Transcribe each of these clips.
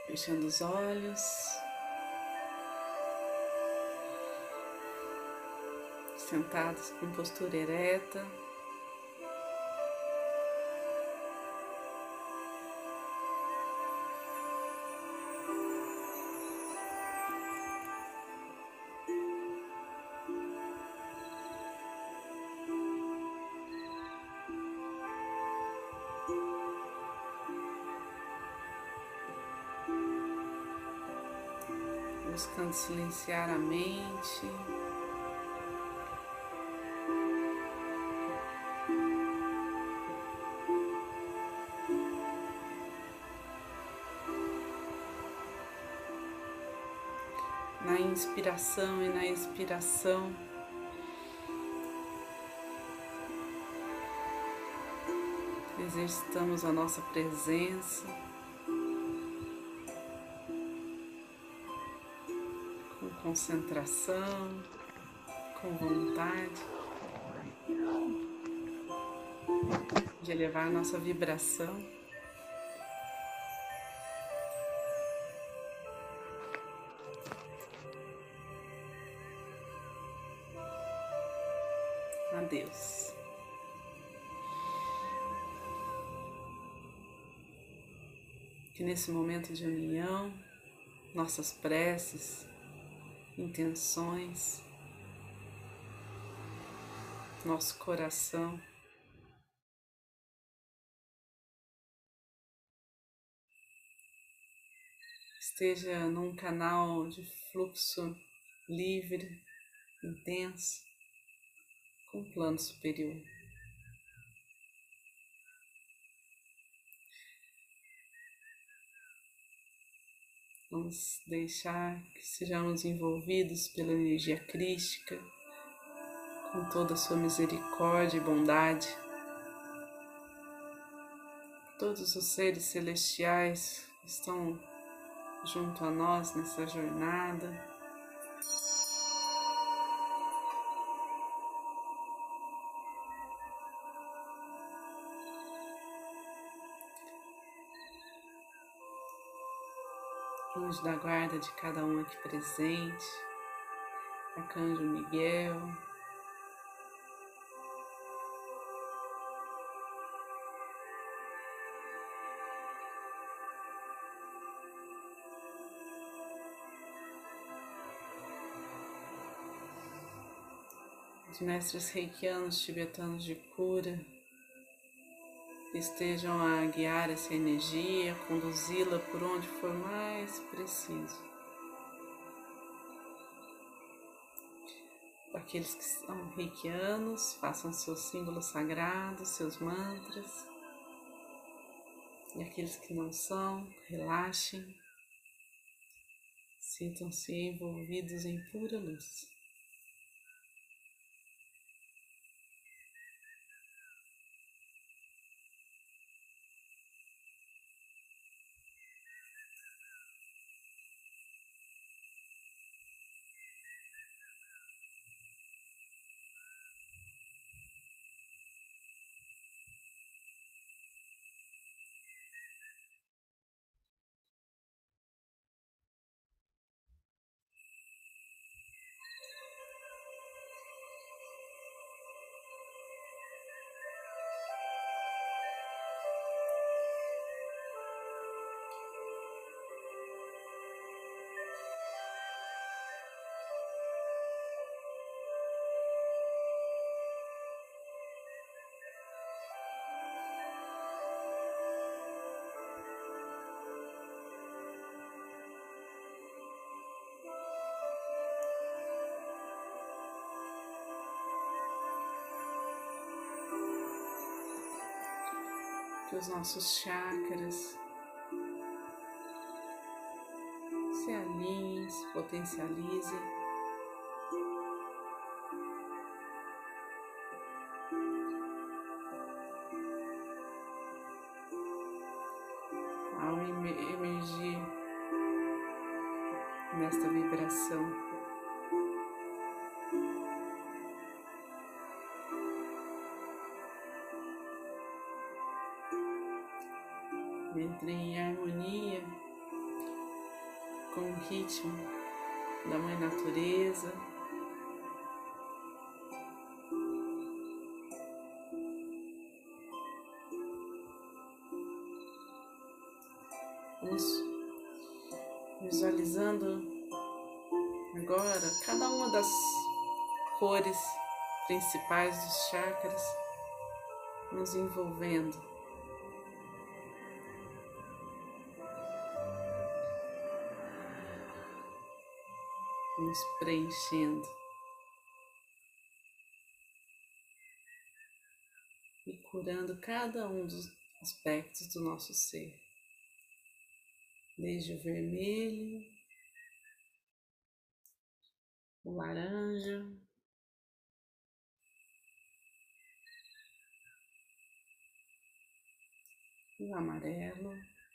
Fechando os olhos, sentados em postura ereta. Buscando silenciar a mente, na inspiração e na expiração, exercitamos a nossa presença com concentração, com vontade de elevar a nossa vibração. A Deus. Que nesse momento de união, nossas preces, intenções, nosso coração esteja num canal de fluxo livre, intenso, com um plano superior. Vamos deixar que sejamos envolvidos pela energia crística, com toda a sua misericórdia e bondade. Todos os seres celestiais estão junto a nós nessa jornada. Anjo da guarda de cada um aqui presente, Arcanjo Miguel, os mestres reikianos tibetanos de cura, estejam a guiar essa energia, conduzi-la por onde for mais preciso. Aqueles que são reikianos, façam seus símbolos sagrados, seus mantras. E aqueles que não são, relaxem, sintam-se envolvidos em pura luz. Que os nossos chakras se alinhem, se potencializem. Ao emergir nesta vibração, entrem em harmonia com o ritmo da Mãe Natureza. Vamos visualizando agora cada uma das cores principais dos chakras nos envolvendo, nos preenchendo e curando cada um dos aspectos do nosso ser, desde o vermelho, o laranja, o amarelo,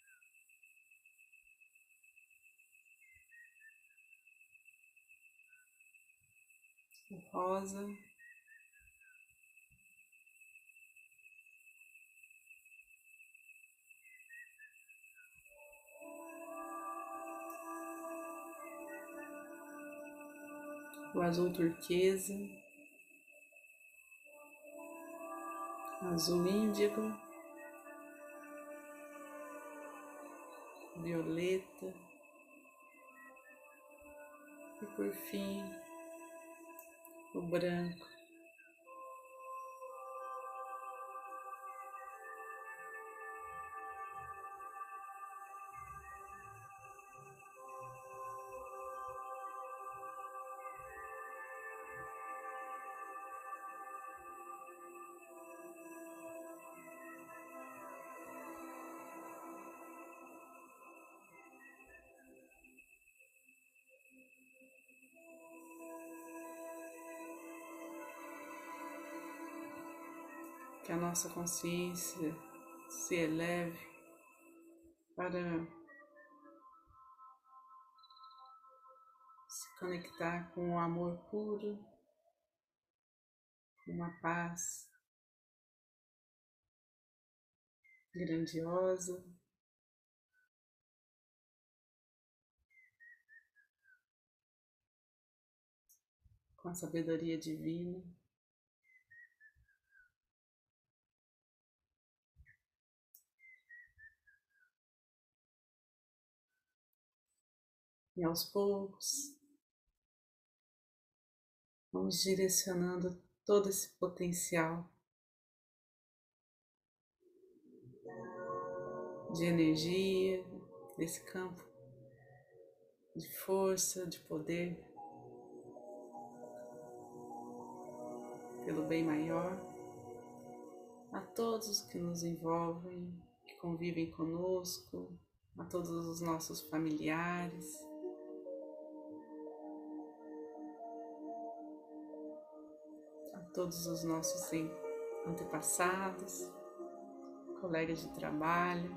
o rosa, o azul turquesa, azul índigo, violeta e por fim o branco. Que a nossa consciência se eleve para se conectar com o amor puro, uma paz grandiosa, com a sabedoria divina. E aos poucos, vamos direcionando todo esse potencial de energia, desse campo de força, de poder, pelo bem maior, a todos os que nos envolvem, que convivem conosco, a todos os nossos familiares, a todos os nossos antepassados, colegas de trabalho,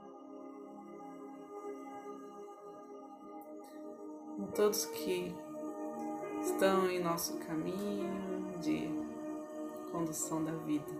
a todos que estão em nosso caminho de condução da vida.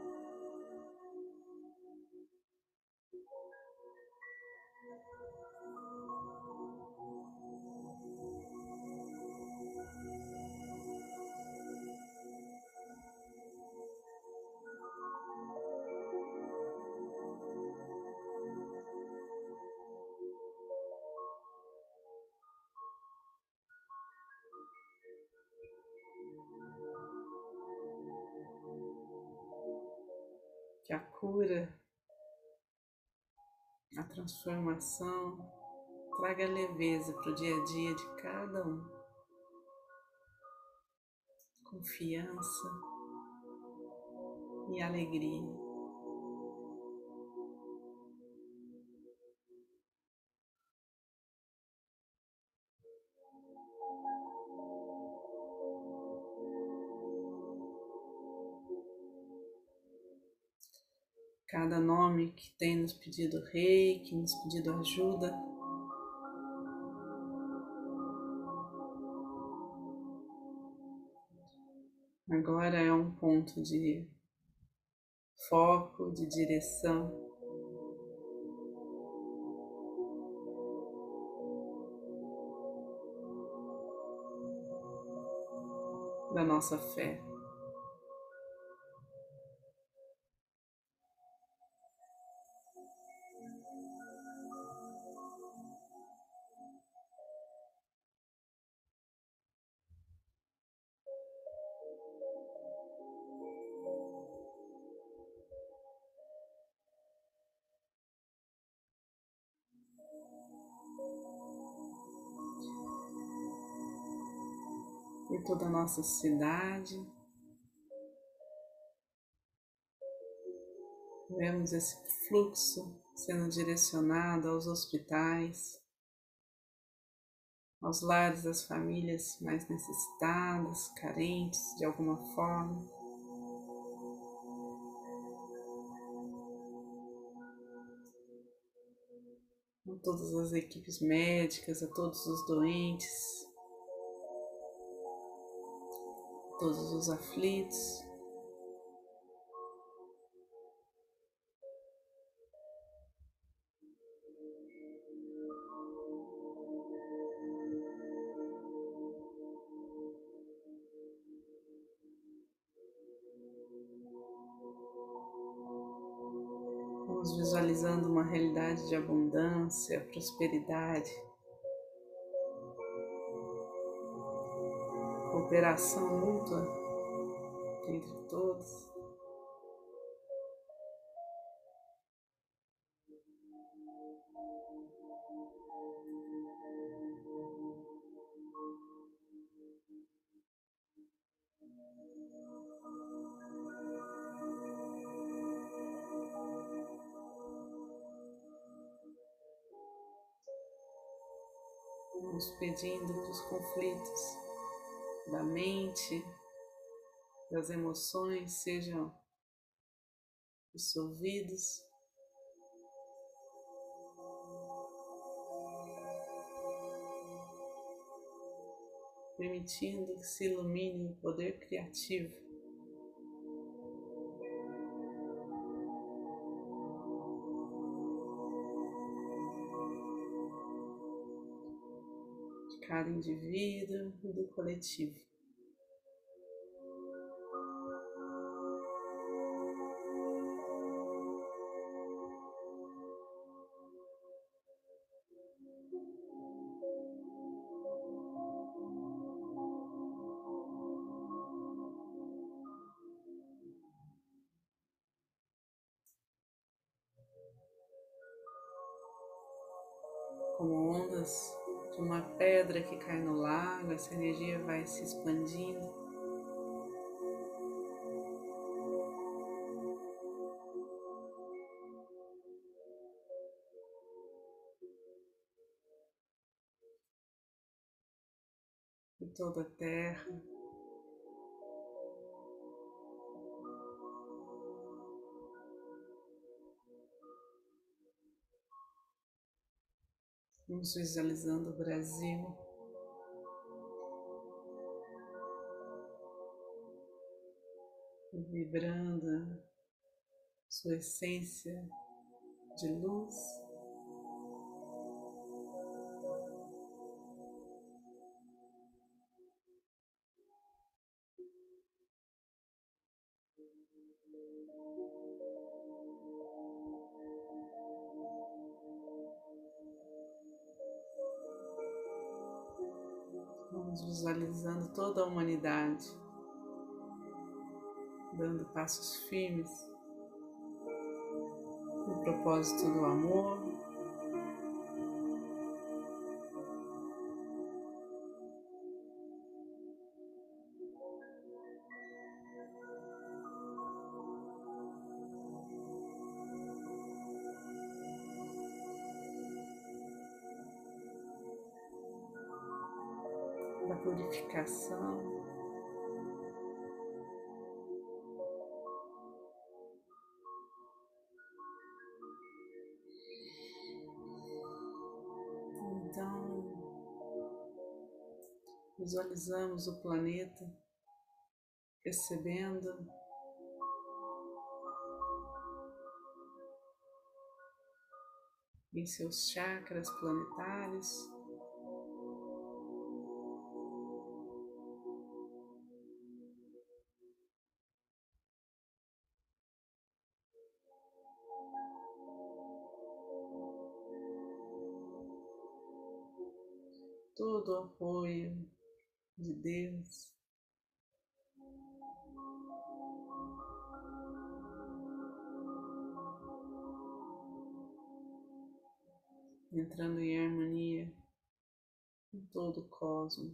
Que a cura, a transformação traga leveza para o dia a dia de cada um, confiança e alegria. Cada nome que tem nos pedido reiki, nos pedido ajuda, agora é um ponto de foco, de direção. da nossa fé. Por toda a nossa cidade, vemos esse fluxo sendo direcionado aos hospitais, aos lares das famílias mais necessitadas, carentes de alguma forma. A todas as equipes médicas, a todos os doentes, a todos os aflitos. Vamos visualizando uma realidade de abundância, prosperidade, cooperação mútua entre todos. Vamos pedindo que os conflitos da mente, das emoções sejam dissolvidos, permitindo que se ilumine o poder criativo de cada indivíduo e do coletivo. Como ondas de uma pedra que cai no lago, essa energia vai se expandindo. Por toda a terra. Vamos visualizando o Brasil. Vibrando sua essência de luz. Vamos visualizando toda a humanidade, dando passos firmes no propósito do amor, da purificação. Então, visualizamos o planeta recebendo em seus chakras planetários todo o apoio de Deus. Entrando em harmonia com todo o cosmos.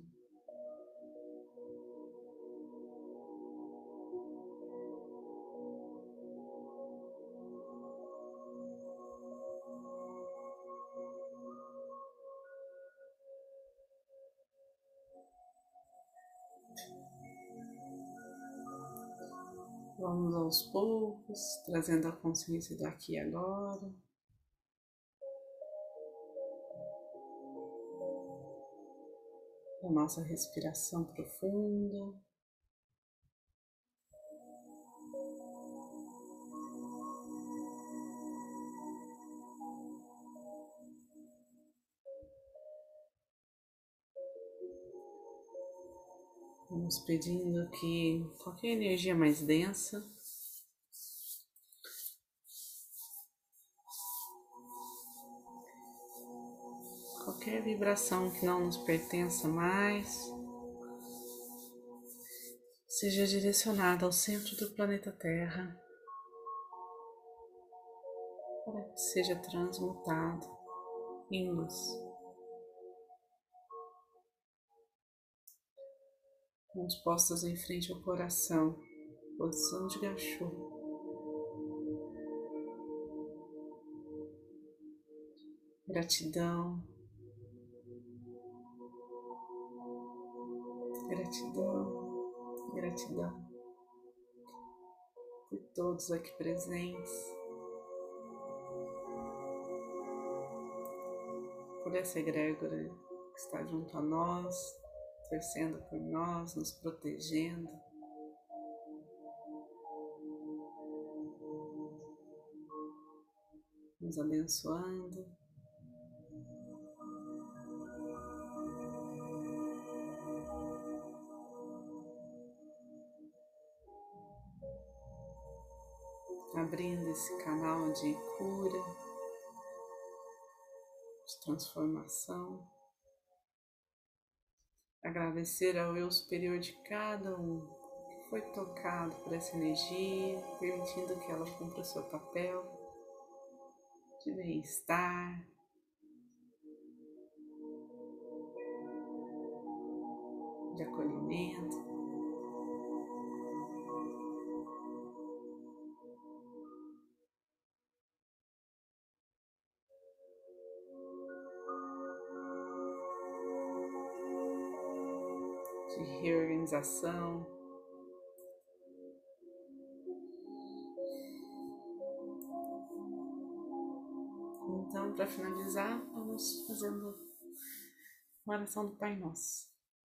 Vamos aos poucos, trazendo a consciência do aqui e agora. A nossa respiração profunda. Vamos pedindo que qualquer energia mais densa qualquer vibração que não nos pertença mais seja direcionada ao centro do planeta Terra para que seja transmutado em luz. Mãos postas em frente ao coração, posição de Gachô. Gratidão, gratidão, gratidão por todos aqui presentes, por essa egrégora que está junto a nós, torcendo por nós, nos protegendo. Nos abençoando. Abrindo esse canal de cura, de transformação. Agradecer ao eu superior de cada um que foi tocado por essa energia, permitindo que ela cumpra o seu papel de bem-estar, de acolhimento. De reorganização. Então, para finalizar, vamos fazendo uma oração do Pai Nosso.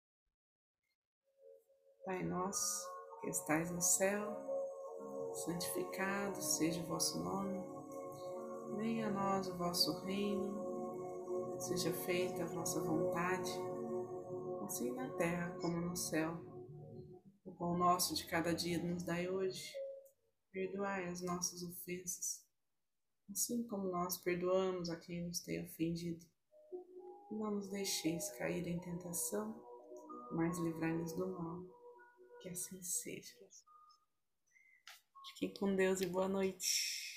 Pai Nosso, que estais no céu, santificado seja o vosso nome. Venha a nós o vosso reino, seja feita a vossa vontade, assim na terra como no céu. O pão nosso de cada dia nos dai hoje. Perdoai as nossas ofensas, assim como nós perdoamos a quem nos tem ofendido. E não nos deixeis cair em tentação, mas livrai-nos do mal. Que assim seja. Fiquem com Deus e boa noite.